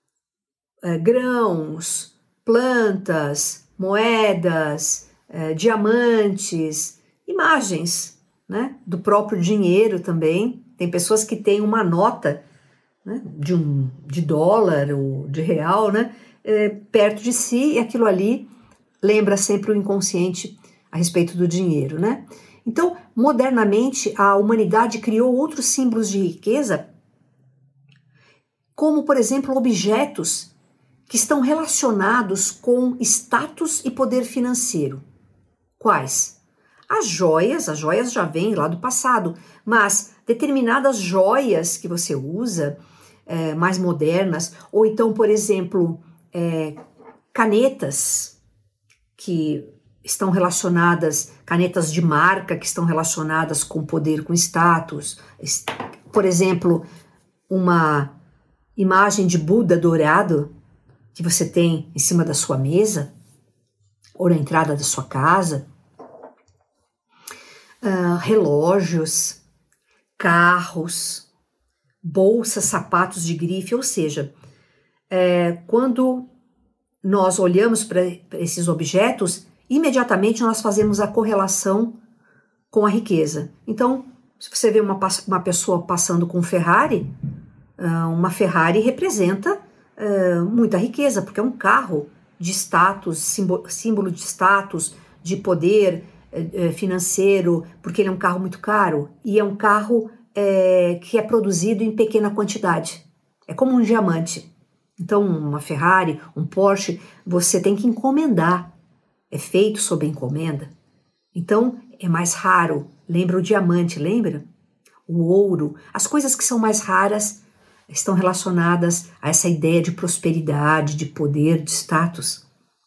grãos, plantas, moedas, diamantes, imagens, né, do próprio dinheiro também. Tem pessoas que têm uma nota, né, de dólar ou de real, né, perto de si, e aquilo ali lembra sempre o inconsciente a respeito do dinheiro, né? Então, modernamente, a humanidade criou outros símbolos de riqueza, como, por exemplo, objetos que estão relacionados com status e poder financeiro. Quais? As joias já vêm lá do passado, mas determinadas joias que você usa, mais modernas, ou então, por exemplo, canetas que estão relacionadas, canetas de marca que estão relacionadas com poder, com status. Por exemplo, uma imagem de Buda dourado que você tem em cima da sua mesa ou na entrada da sua casa. Relógios, carros, bolsas, sapatos de grife, ou seja, quando nós olhamos para esses objetos, imediatamente nós fazemos a correlação com a riqueza. Então, se você vê uma pessoa passando com Ferrari, uma Ferrari representa muita riqueza, porque é um carro de status, símbolo de status, de poder financeiro, porque ele é um carro muito caro e é um carro que é produzido em pequena quantidade. É como um diamante. Então, uma Ferrari, um Porsche, você tem que encomendar. É feito sob encomenda. Então, é mais raro. Lembra o diamante, lembra? O ouro. As coisas que são mais raras estão relacionadas a essa ideia de prosperidade, de poder, de status.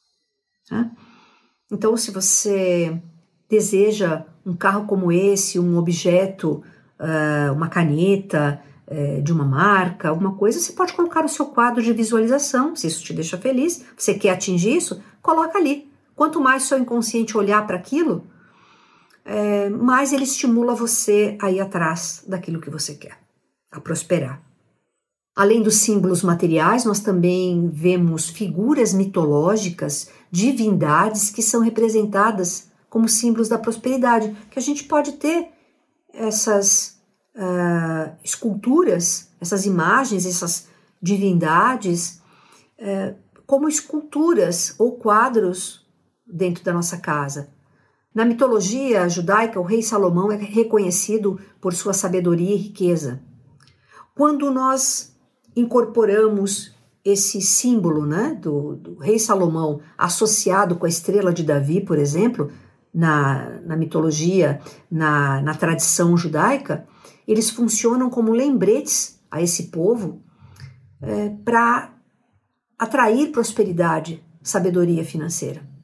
Então, se você deseja um carro como esse, um objeto, uma caneta de uma marca, alguma coisa, você pode colocar no seu quadro de visualização. Se isso te deixa feliz, você quer atingir isso, coloca ali. Quanto mais seu inconsciente olhar para aquilo, mais ele estimula você a ir atrás daquilo que você quer, a prosperar. Além dos símbolos materiais, nós também vemos figuras mitológicas, divindades que são representadas como símbolos da prosperidade, que a gente pode ter essas esculturas, essas imagens, essas divindades, como esculturas ou quadros dentro da nossa casa. Na mitologia judaica, o rei Salomão é reconhecido por sua sabedoria e riqueza. Quando nós incorporamos esse símbolo, né, do rei Salomão associado com a estrela de Davi, por exemplo, na mitologia, na tradição judaica, eles funcionam como lembretes a esse povo para atrair prosperidade, sabedoria financeira.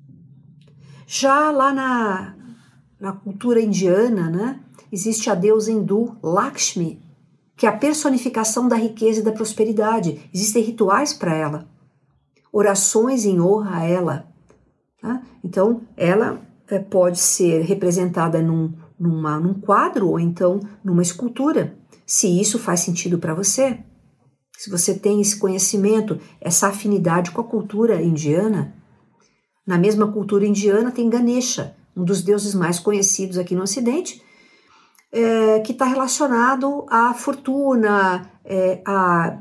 Já lá na cultura indiana, né, existe a deusa hindu Lakshmi, que é a personificação da riqueza e da prosperidade. Existem rituais para ela, orações em honra a ela. Tá? Então, ela pode ser representada num quadro ou então numa escultura, se isso faz sentido para você. Se você tem esse conhecimento, essa afinidade com a cultura indiana. Na mesma cultura indiana tem Ganesha, um dos deuses mais conhecidos aqui no Ocidente, que está relacionado à fortuna, a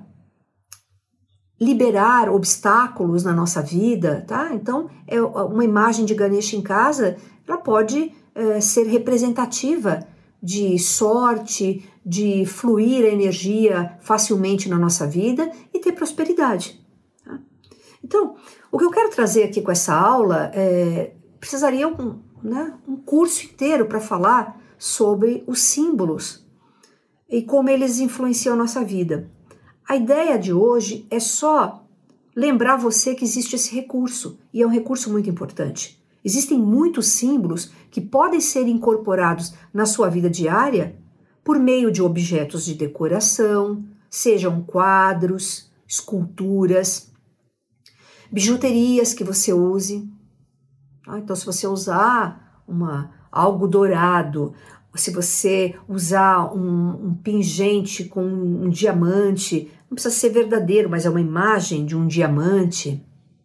liberar obstáculos na nossa vida, tá? Então, uma imagem de Ganesha em casa, ela pode ser representativa de sorte, de fluir a energia facilmente na nossa vida e ter prosperidade. Tá? Então, o que eu quero trazer aqui com essa aula precisaria um curso inteiro para falar sobre os símbolos e como eles influenciam a nossa vida. A ideia de hoje é só lembrar você que existe esse recurso, e é um recurso muito importante. Existem muitos símbolos que podem ser incorporados na sua vida diária por meio de objetos de decoração, sejam quadros, esculturas, bijuterias que você use. Então, se você usar algo dourado, se você usar um pingente com um diamante, não precisa ser verdadeiro, mas é uma imagem de um diamante,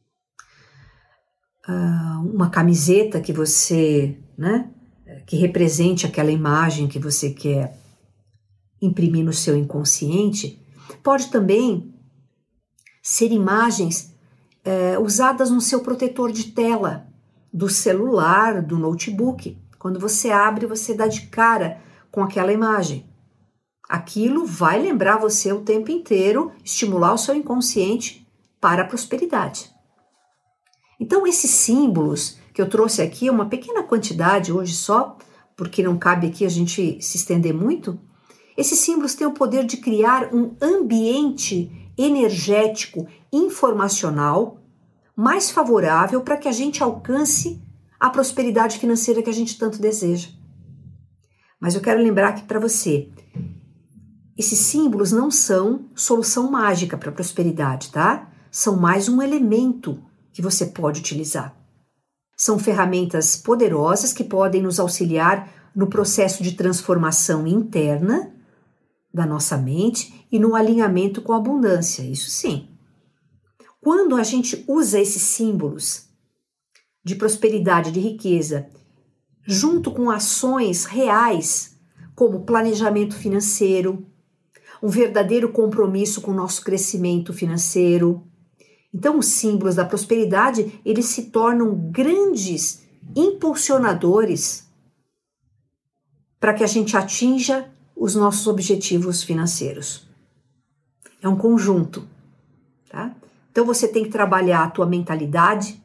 uma camiseta que você, que represente aquela imagem que você quer imprimir no seu inconsciente, pode também ser imagens usadas no seu protetor de tela, do celular, do notebook. Quando você abre, você dá de cara com aquela imagem. Aquilo vai lembrar você o tempo inteiro, estimular o seu inconsciente para a prosperidade. Então, esses símbolos que eu trouxe aqui, uma pequena quantidade hoje só, porque não cabe aqui a gente se estender muito, esses símbolos têm o poder de criar um ambiente energético, informacional, mais favorável para que a gente alcance a prosperidade financeira que a gente tanto deseja. Mas eu quero lembrar aqui para você, esses símbolos não são solução mágica para a prosperidade, tá? São mais um elemento que você pode utilizar. São ferramentas poderosas que podem nos auxiliar no processo de transformação interna da nossa mente e no alinhamento com a abundância, isso sim. Quando a gente usa esses símbolos de prosperidade, de riqueza, junto com ações reais, como planejamento financeiro, um verdadeiro compromisso com o nosso crescimento financeiro, então os símbolos da prosperidade, eles se tornam grandes impulsionadores para que a gente atinja os nossos objetivos financeiros. É um conjunto, tá? Então você tem que trabalhar a tua mentalidade,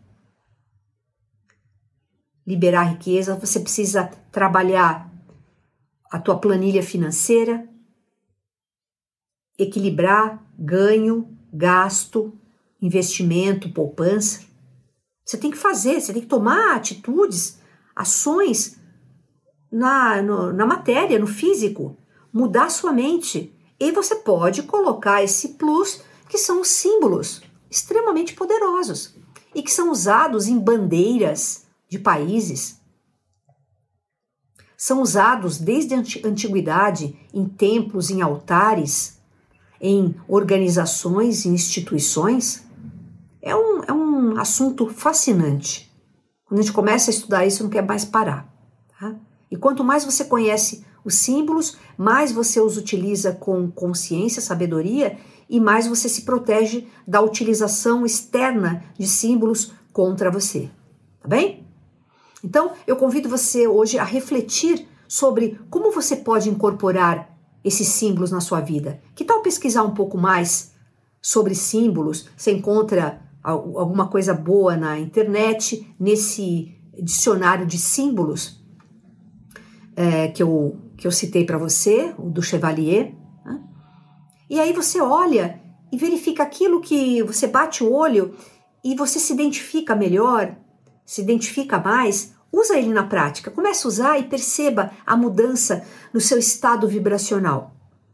liberar a riqueza, você precisa trabalhar a tua planilha financeira, equilibrar ganho, gasto, investimento, poupança. Você tem que fazer, você tem que tomar atitudes, ações na matéria, no físico, mudar a sua mente. E você pode colocar esse plus, que são os símbolos extremamente poderosos e que são usados em bandeiras de países. São usados desde a antiguidade em templos, em altares, em organizações e instituições. É um assunto fascinante. Quando a gente começa a estudar isso, não quer mais parar. Tá? E quanto mais você conhece os símbolos, mais você os utiliza com consciência, sabedoria, e mais você se protege da utilização externa de símbolos contra você. Tá bem? Então, eu convido você hoje a refletir sobre como você pode incorporar esses símbolos na sua vida. Que tal pesquisar um pouco mais sobre símbolos? Você encontra alguma coisa boa na internet, nesse dicionário de símbolos que eu citei para você, o do Chevalier. Né? E aí você olha e verifica aquilo que você bate o olho e você se identifica melhor, se identifica mais, usa ele na prática. Comece a usar e perceba a mudança no seu estado vibracional.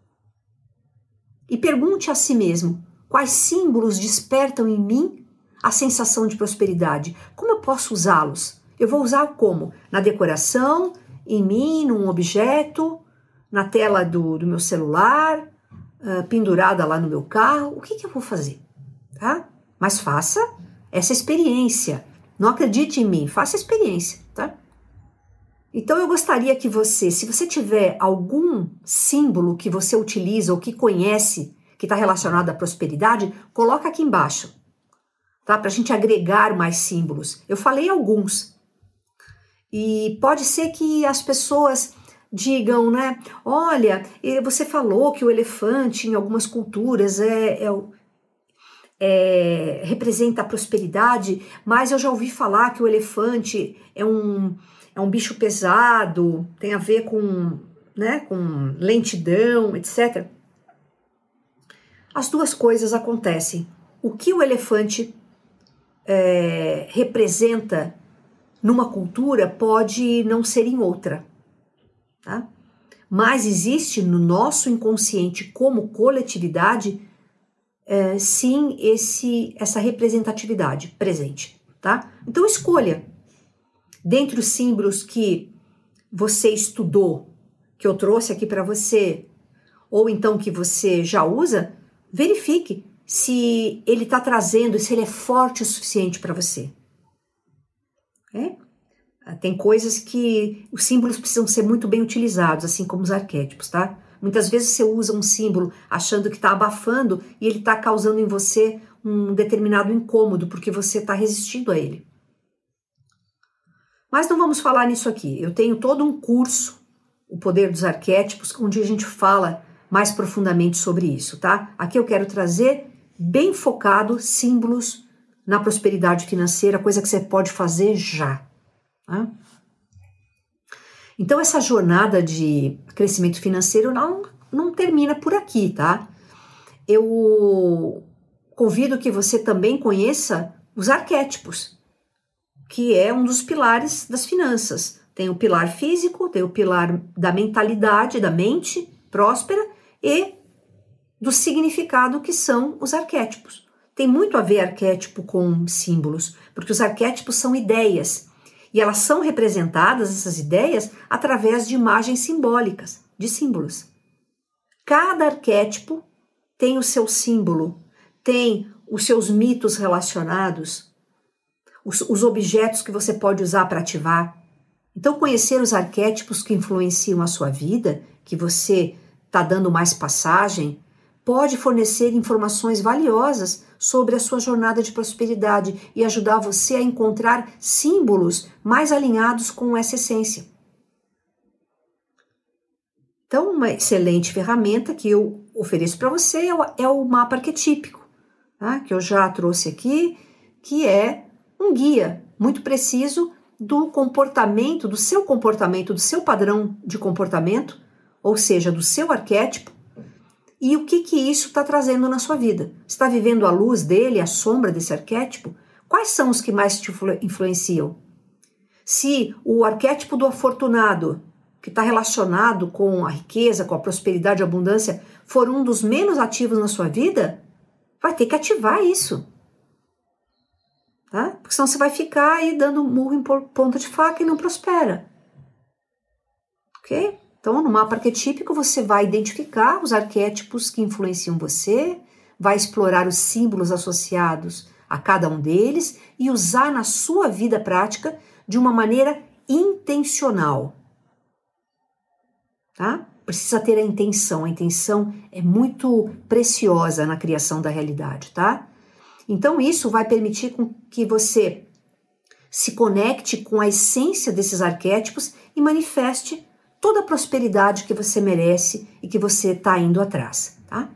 E pergunte a si mesmo, quais símbolos despertam em mim a sensação de prosperidade? Como eu posso usá-los? Eu vou usar como? Na decoração, em mim, num objeto, na tela do meu celular, pendurada lá no meu carro. O que eu vou fazer? Tá? Mas faça essa experiência. Não acredite em mim, faça a experiência, tá? Então eu gostaria que você, se você tiver algum símbolo que você utiliza ou que conhece, que está relacionado à prosperidade, coloca aqui embaixo, tá? Para a gente agregar mais símbolos. Eu falei alguns. E pode ser que as pessoas digam, né? Olha, você falou que o elefante em algumas culturas representa a prosperidade, mas eu já ouvi falar que o elefante é um bicho pesado, tem a ver com lentidão, etc. As duas coisas acontecem. O que o elefante representa numa cultura pode não ser em outra, tá? Mas existe no nosso inconsciente como coletividade sim essa representatividade presente, tá? Então escolha Dentre os símbolos que você estudou, que eu trouxe aqui para você, ou então que você já usa, verifique se ele está trazendo, se ele é forte o suficiente para você. Tem coisas que os símbolos precisam ser muito bem utilizados, assim como os arquétipos, tá? Muitas vezes você usa um símbolo achando que está abafando e ele está causando em você um determinado incômodo, porque você está resistindo a ele. Mas não vamos falar nisso aqui. Eu tenho todo um curso, O Poder dos Arquétipos, onde a gente fala mais profundamente sobre isso, tá? Aqui eu quero trazer bem focado símbolos na prosperidade financeira, coisa que você pode fazer já. Tá? Então essa jornada de crescimento financeiro não termina por aqui, tá? Eu convido que você também conheça os arquétipos, que é um dos pilares das finanças. Tem o pilar físico, tem o pilar da mentalidade, da mente próspera e do significado que são os arquétipos. Tem muito a ver arquétipo com símbolos, porque os arquétipos são ideias e elas são representadas, essas ideias, através de imagens simbólicas, de símbolos. Cada arquétipo tem o seu símbolo, tem os seus mitos relacionados, os objetos que você pode usar para ativar. Então, conhecer os arquétipos que influenciam a sua vida, que você está dando mais passagem, pode fornecer informações valiosas sobre a sua jornada de prosperidade e ajudar você a encontrar símbolos mais alinhados com essa essência. Então, uma excelente ferramenta que eu ofereço para você é o mapa arquetípico, tá? Que eu já trouxe aqui, que é um guia muito preciso do comportamento, do seu padrão de comportamento, ou seja, do seu arquétipo, e o que isso está trazendo na sua vida. Você está vivendo a luz dele, a sombra desse arquétipo? Quais são os que mais te influenciam? Se o arquétipo do afortunado, que está relacionado com a riqueza, com a prosperidade e a abundância, for um dos menos ativos na sua vida, vai ter que ativar isso. Tá? Porque senão você vai ficar aí dando murro em ponta de faca e não prospera. Ok? Então, no mapa arquetípico, você vai identificar os arquétipos que influenciam você, vai explorar os símbolos associados a cada um deles e usar na sua vida prática de uma maneira intencional. Tá? Precisa ter a intenção é muito preciosa na criação da realidade, tá? Então isso vai permitir que você se conecte com a essência desses arquétipos e manifeste toda a prosperidade que você merece e que você está indo atrás, tá?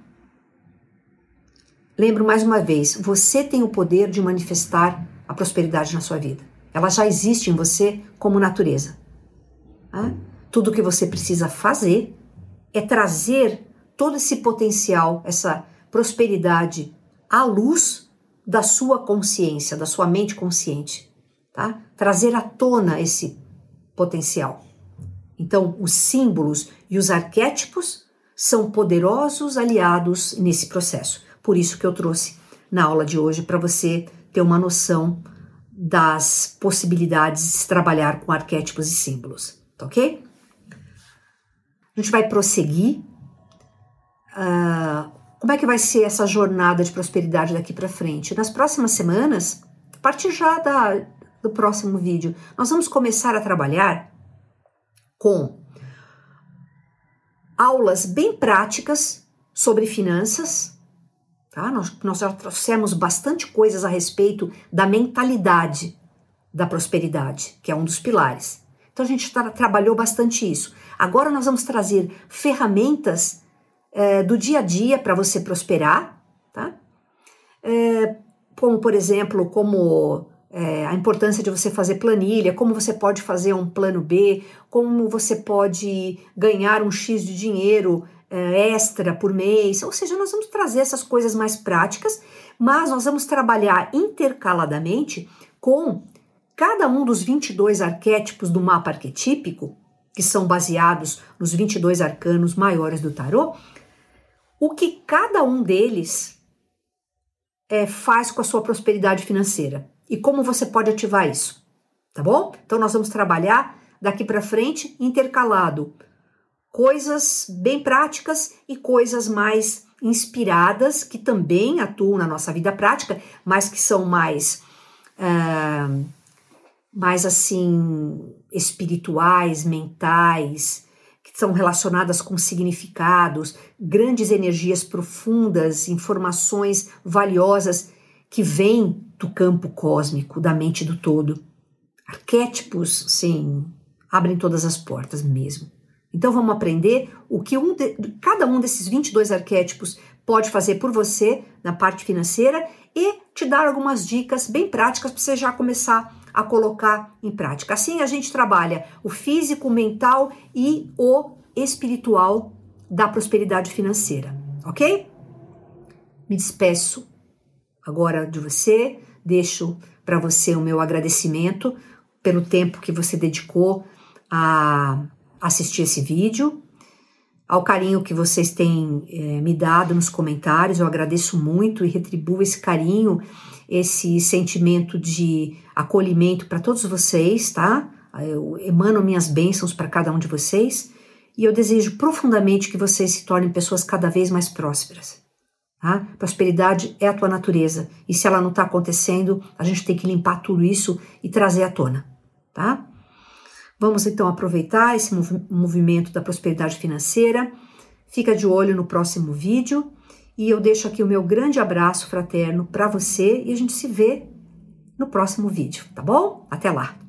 Lembro mais uma vez, você tem o poder de manifestar a prosperidade na sua vida. Ela já existe em você como natureza. Tá? Tudo o que você precisa fazer é trazer todo esse potencial, essa prosperidade à luz da sua consciência, da sua mente consciente. Tá? Trazer à tona esse potencial. Então, os símbolos e os arquétipos são poderosos aliados nesse processo. Por isso que eu trouxe na aula de hoje para você ter uma noção das possibilidades de trabalhar com arquétipos e símbolos. Tá ok? A gente vai prosseguir. Como é que vai ser essa jornada de prosperidade daqui para frente? Nas próximas semanas, a partir já do próximo vídeo, nós vamos começar a trabalhar com aulas bem práticas sobre finanças. Tá? Nós já trouxemos bastante coisas a respeito da mentalidade da prosperidade, que é um dos pilares. Então a gente trabalhou bastante isso. Agora nós vamos trazer ferramentas do dia a dia para você prosperar, tá? Como, por exemplo, a importância de você fazer planilha, como você pode fazer um plano B, como você pode ganhar um X de dinheiro extra por mês. Ou seja, nós vamos trazer essas coisas mais práticas, mas nós vamos trabalhar intercaladamente com cada um dos 22 arquétipos do mapa arquetípico, que são baseados nos 22 arcanos maiores do tarô, o que cada um deles faz com a sua prosperidade financeira e como você pode ativar isso, tá bom? Então nós vamos trabalhar daqui para frente intercalado coisas bem práticas e coisas mais inspiradas que também atuam na nossa vida prática, mas que são mais assim espirituais, mentais, que são relacionadas com significados, grandes energias profundas, informações valiosas que vêm do campo cósmico, da mente do todo. Arquétipos, sim, abrem todas as portas mesmo. Então vamos aprender o que cada um desses 22 arquétipos pode fazer por você na parte financeira e te dar algumas dicas bem práticas para você já começar a colocar em prática. Assim a gente trabalha o físico, o mental e o espiritual da prosperidade financeira, ok? Me despeço agora de você, deixo para você o meu agradecimento pelo tempo que você dedicou a assistir esse vídeo, ao carinho que vocês têm me dado nos comentários. Eu agradeço muito e retribuo esse carinho, esse sentimento de acolhimento para todos vocês, tá? Eu emano minhas bênçãos para cada um de vocês e eu desejo profundamente que vocês se tornem pessoas cada vez mais prósperas. Tá? Prosperidade é a tua natureza e se ela não está acontecendo, a gente tem que limpar tudo isso e trazer à tona, tá? Vamos então aproveitar esse movimento da prosperidade financeira. Fica de olho no próximo vídeo e eu deixo aqui o meu grande abraço fraterno para você e a gente se vê no próximo vídeo, tá bom? Até lá!